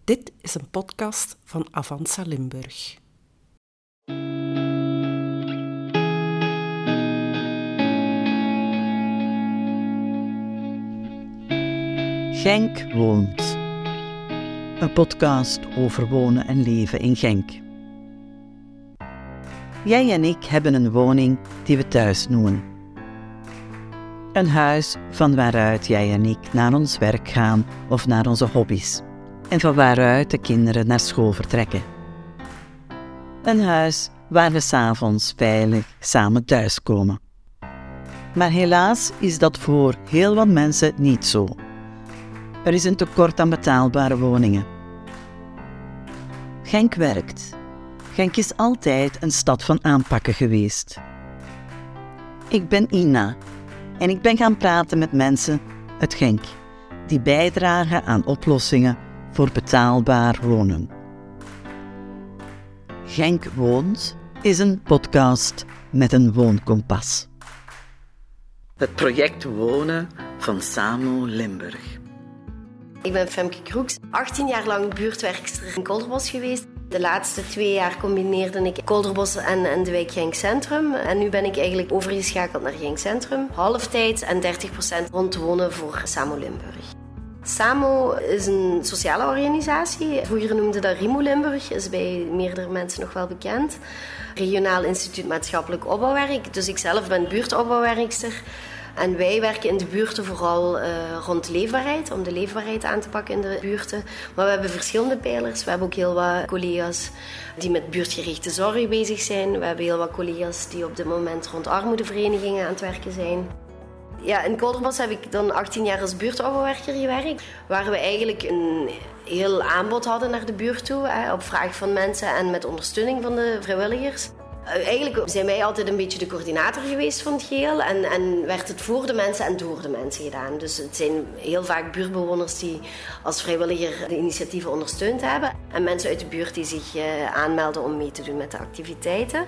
Dit is een podcast van Avanza Limburg. Genk woont. Een podcast over wonen en leven in Genk. Jij en ik hebben een woning die we thuis noemen. Een huis van waaruit jij en ik naar ons werk gaan of naar onze hobby's. En van waaruit de kinderen naar school vertrekken. Een huis waar we 's avonds veilig samen thuiskomen. Maar helaas is dat voor heel wat mensen niet zo. Er is een tekort aan betaalbare woningen. Genk werkt. Genk is altijd een stad van aanpakken geweest. Ik ben Ina en ik ben gaan praten met mensen uit Genk die bijdragen aan oplossingen voor betaalbaar wonen. Genk woont is een podcast met een woonkompas. Het project Wonen van Samo Limburg. Ik ben Femke Kroeks, 18 jaar lang buurtwerkster in Kolderbos geweest. De laatste 2 jaar combineerde ik Kolderbos en de wijk Genk Centrum. En nu ben ik eigenlijk overgeschakeld naar Genk Centrum. Halftijds en 30% rondwonen voor Samo Limburg. Samo is een sociale organisatie. Vroeger noemde dat Rimo Limburg, is bij meerdere mensen nog wel bekend. Regionaal Instituut Maatschappelijk Opbouwwerk. Dus ik zelf ben buurtopbouwwerkster. En wij werken in de buurten vooral rond leefbaarheid, om de leefbaarheid aan te pakken in de buurten. Maar we hebben verschillende pijlers. We hebben ook heel wat collega's die met buurtgerichte zorg bezig zijn. We hebben heel wat collega's die op dit moment rond armoedeverenigingen aan het werken zijn. Ja, in Kolderbos heb ik dan 18 jaar als buurtopbouwwerker gewerkt, waar we eigenlijk een heel aanbod hadden naar de buurt toe, op vraag van mensen en met ondersteuning van de vrijwilligers. Eigenlijk zijn wij altijd een beetje de coördinator geweest van het geheel en werd het voor de mensen en door de mensen gedaan. Dus het zijn heel vaak buurtbewoners die als vrijwilliger de initiatieven ondersteund hebben en mensen uit de buurt die zich aanmelden om mee te doen met de activiteiten.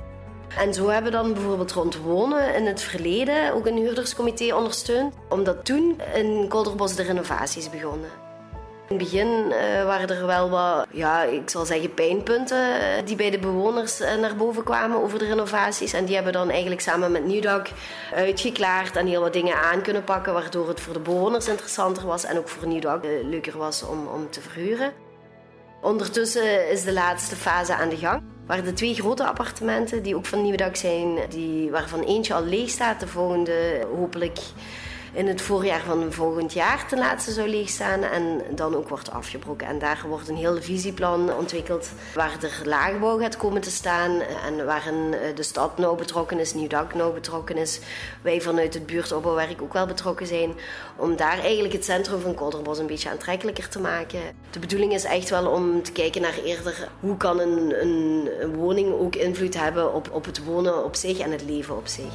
En zo hebben we dan bijvoorbeeld rond wonen in het verleden ook een huurderscomité ondersteund, omdat toen in Kolderbos de renovaties begonnen. In het begin waren er wel wat, ik zal zeggen, pijnpunten die bij de bewoners naar boven kwamen over de renovaties. En die hebben we dan eigenlijk samen met Nieuwdak uitgeklaard en heel wat dingen aan kunnen pakken, waardoor het voor de bewoners interessanter was en ook voor Nieuwdak leuker was om te verhuren. Ondertussen is de laatste fase aan de gang, waar de 2 grote appartementen, die ook van Nieuwdak zijn, waarvan eentje al leeg staat, de volgende hopelijk in het voorjaar van volgend jaar ten laatste zou leegstaan en dan ook wordt afgebroken. En daar wordt een heel visieplan ontwikkeld waar er laagbouw gaat komen te staan en waarin de stad nauw betrokken is, Nieuwdak nauw betrokken is. Wij vanuit het buurtopbouwwerk ook wel betrokken zijn om daar eigenlijk het centrum van Kolderbos een beetje aantrekkelijker te maken. De bedoeling is echt wel om te kijken naar eerder hoe kan een woning ook invloed hebben op het wonen op zich en het leven op zich.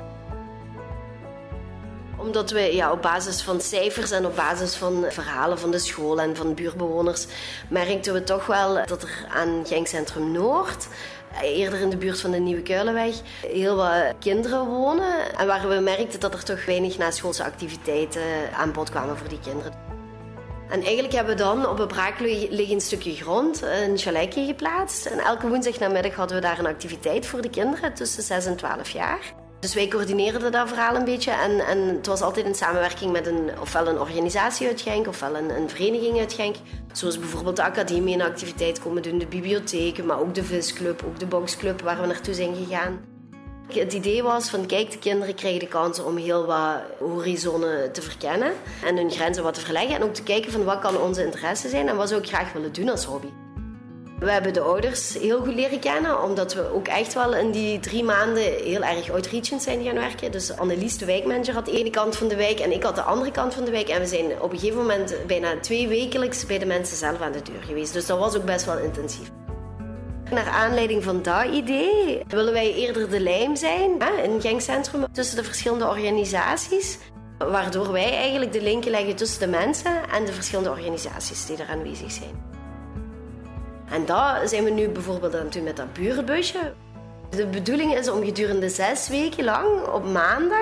Omdat we op basis van cijfers en op basis van verhalen van de school en van buurtbewoners merkten we toch wel dat er aan Genk Centrum Noord, eerder in de buurt van de Nieuwe Kuilenweg, heel wat kinderen wonen. En waar we merkten dat er toch weinig naschoolse activiteiten aan bod kwamen voor die kinderen. En eigenlijk hebben we dan op een braakliggend stukje grond een chaletje geplaatst. En elke woensdagnamiddag hadden we daar een activiteit voor de kinderen tussen 6 en 12 jaar. Dus wij coördineerden dat verhaal een beetje en het was altijd in samenwerking met ofwel een organisatie uit Genk ofwel een vereniging uit Genk. Zoals bijvoorbeeld de academie een activiteit komen doen, de bibliotheken, maar ook de visclub, ook de boxclub waar we naartoe zijn gegaan. Het idee was van kijk, de kinderen krijgen de kans om heel wat horizonnen te verkennen en hun grenzen wat te verleggen en ook te kijken van wat kan onze interesse zijn en wat zou ik graag willen doen als hobby. We hebben de ouders heel goed leren kennen, omdat we ook echt wel in die 3 maanden heel erg outreachend zijn gaan werken. Dus Annelies, de wijkmanager, had de ene kant van de wijk en ik had de andere kant van de wijk. En we zijn op een gegeven moment bijna 2 wekelijks bij de mensen zelf aan de deur geweest. Dus dat was ook best wel intensief. Naar aanleiding van dat idee willen wij eerder de lijm zijn in Genk Centrum tussen de verschillende organisaties. Waardoor wij eigenlijk de linken leggen tussen de mensen en de verschillende organisaties die er aanwezig zijn. En dat zijn we nu bijvoorbeeld aan het doen met dat burenbusje. De bedoeling is om gedurende 6 weken lang op maandag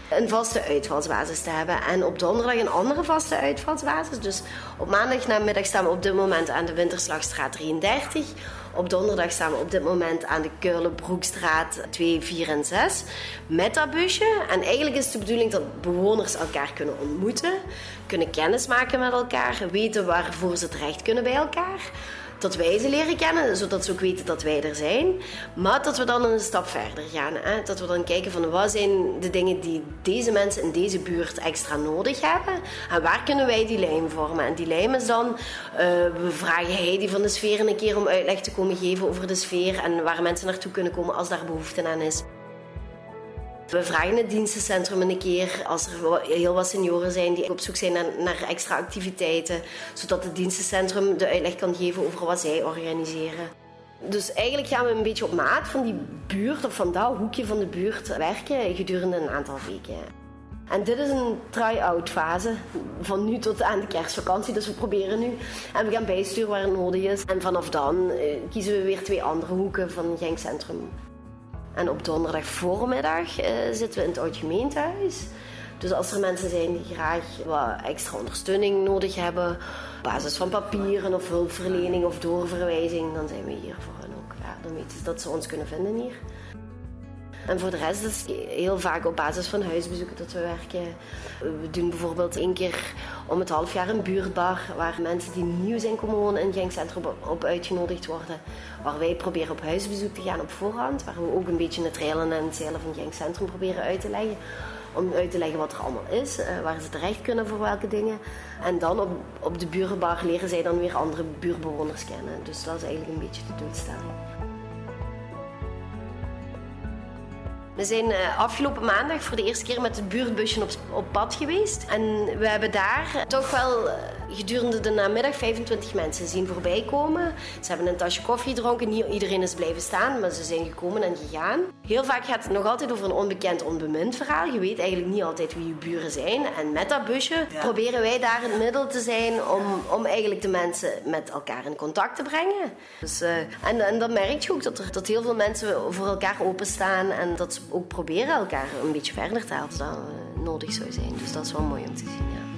een vaste uitvalsbasis te hebben. En op donderdag een andere vaste uitvalsbasis. Dus op maandagnamiddag staan we op dit moment aan de Winterslagstraat 33. Op donderdag staan we op dit moment aan de Kuilenbroekstraat 2, 4 en 6 met dat busje. En eigenlijk is het de bedoeling dat bewoners elkaar kunnen ontmoeten, kunnen kennismaken met elkaar, weten waarvoor ze terecht kunnen bij elkaar. Dat wij ze leren kennen, zodat ze ook weten dat wij er zijn. Maar dat we dan een stap verder gaan. Hè? Dat we dan kijken van wat zijn de dingen die deze mensen in deze buurt extra nodig hebben. En waar kunnen wij die lijm vormen. En die lijm is dan, we vragen Heidi van de Sfeer een keer om uitleg te komen geven over de sfeer. En waar mensen naartoe kunnen komen als daar behoefte aan is. We vragen het dienstencentrum een keer als er heel wat senioren zijn die op zoek zijn naar extra activiteiten, zodat het dienstencentrum de uitleg kan geven over wat zij organiseren. Dus eigenlijk gaan we een beetje op maat van die buurt of van dat hoekje van de buurt werken gedurende een aantal weken. En dit is een try-out fase van nu tot aan de kerstvakantie, dus we proberen nu. En we gaan bijsturen waar het nodig is. En vanaf dan kiezen we weer 2 andere hoeken van Genk Centrum. En op donderdag voormiddag zitten we in het oud gemeentehuis. Dus als er mensen zijn die graag wat extra ondersteuning nodig hebben, op basis van papieren of hulpverlening of doorverwijzing, dan zijn we hier voor hen ook. Ja, dan weten ze dat ze ons kunnen vinden hier. En voor de rest is het heel vaak op basis van huisbezoeken dat we werken. We doen bijvoorbeeld 1 keer om het halfjaar een buurtbar, waar mensen die nieuw zijn komen wonen in Genk Centrum op uitgenodigd worden. Waar wij proberen op huisbezoek te gaan op voorhand. Waar we ook een beetje het reilen en het zeilen van Genk Centrum proberen uit te leggen. Om uit te leggen wat er allemaal is, waar ze terecht kunnen voor welke dingen. En dan op de buurtbar leren zij dan weer andere buurtbewoners kennen. Dus dat is eigenlijk een beetje de doelstelling. We zijn afgelopen maandag voor de eerste keer met het buurtbusje op pad geweest. En we hebben daar toch wel gedurende de namiddag 25 mensen zien voorbij komen. Ze hebben een tasje koffie gedronken. Niet iedereen is blijven staan, maar ze zijn gekomen en gegaan. Heel vaak gaat het nog altijd over een onbekend, onbemind verhaal. Je weet eigenlijk niet altijd wie je buren zijn. En met dat busje proberen wij daar het middel te zijn om eigenlijk de mensen met elkaar in contact te brengen. Dus, en dan merk je ook dat heel veel mensen voor elkaar openstaan en dat ze ook proberen elkaar een beetje verder te helpen dan nodig zou zijn. Dus dat is wel mooi om te zien, ja.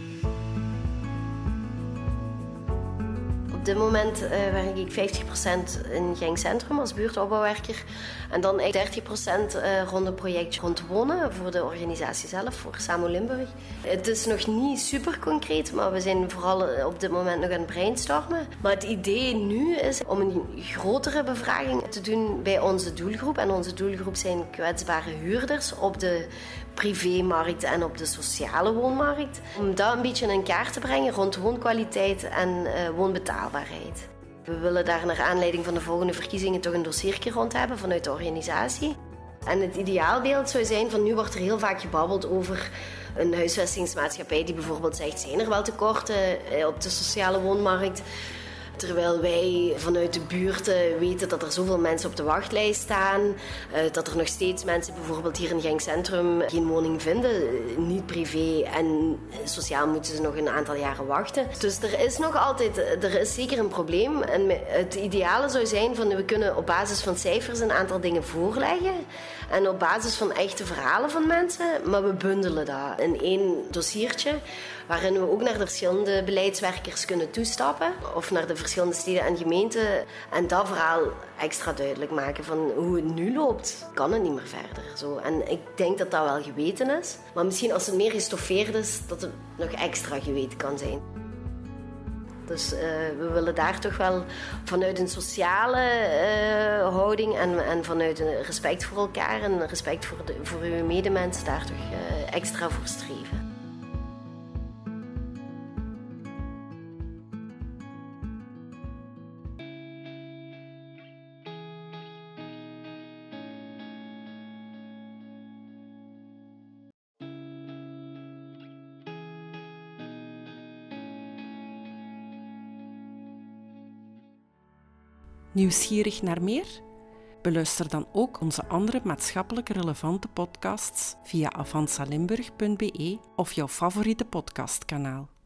Op dit moment werk ik 50% in Genk Centrum als buurtopbouwwerker. En dan 30% rond een projectje rond wonen voor de organisatie zelf, voor Samo Limburg. Het is nog niet super concreet, maar we zijn vooral op dit moment nog aan het brainstormen. Maar het idee nu is om een grotere bevraging te doen bij onze doelgroep. En onze doelgroep zijn kwetsbare huurders op de privémarkt en op de sociale woonmarkt. Om dat een beetje in kaart te brengen rond woonkwaliteit en woonbetaalbaarheid. We willen daar naar aanleiding van de volgende verkiezingen toch een dossiertje rond hebben vanuit de organisatie. En het ideaalbeeld zou zijn van nu wordt er heel vaak gebabbeld over een huisvestingsmaatschappij die bijvoorbeeld zegt, zijn er wel tekorten op de sociale woonmarkt? Terwijl wij vanuit de buurt weten dat er zoveel mensen op de wachtlijst staan. Dat er nog steeds mensen bijvoorbeeld hier in Genk Centrum geen woning vinden. Niet privé en sociaal moeten ze nog een aantal jaren wachten. Dus er is zeker een probleem. En het ideale zou zijn van we kunnen op basis van cijfers een aantal dingen voorleggen. En op basis van echte verhalen van mensen. Maar we bundelen dat in 1 dossiertje. Waarin we ook naar de verschillende beleidswerkers kunnen toestappen. Of naar de verschillende steden en gemeenten. En dat verhaal extra duidelijk maken van hoe het nu loopt. Kan het niet meer verder. Zo. En ik denk dat dat wel geweten is. Maar misschien als het meer gestoffeerd is, dat het nog extra geweten kan zijn. Dus we willen daar toch wel vanuit een sociale houding en vanuit een respect voor elkaar en respect voor uw medemens daar toch extra voor streven. Nieuwsgierig naar meer? Beluister dan ook onze andere maatschappelijk relevante podcasts via avansalimburg.be of jouw favoriete podcastkanaal.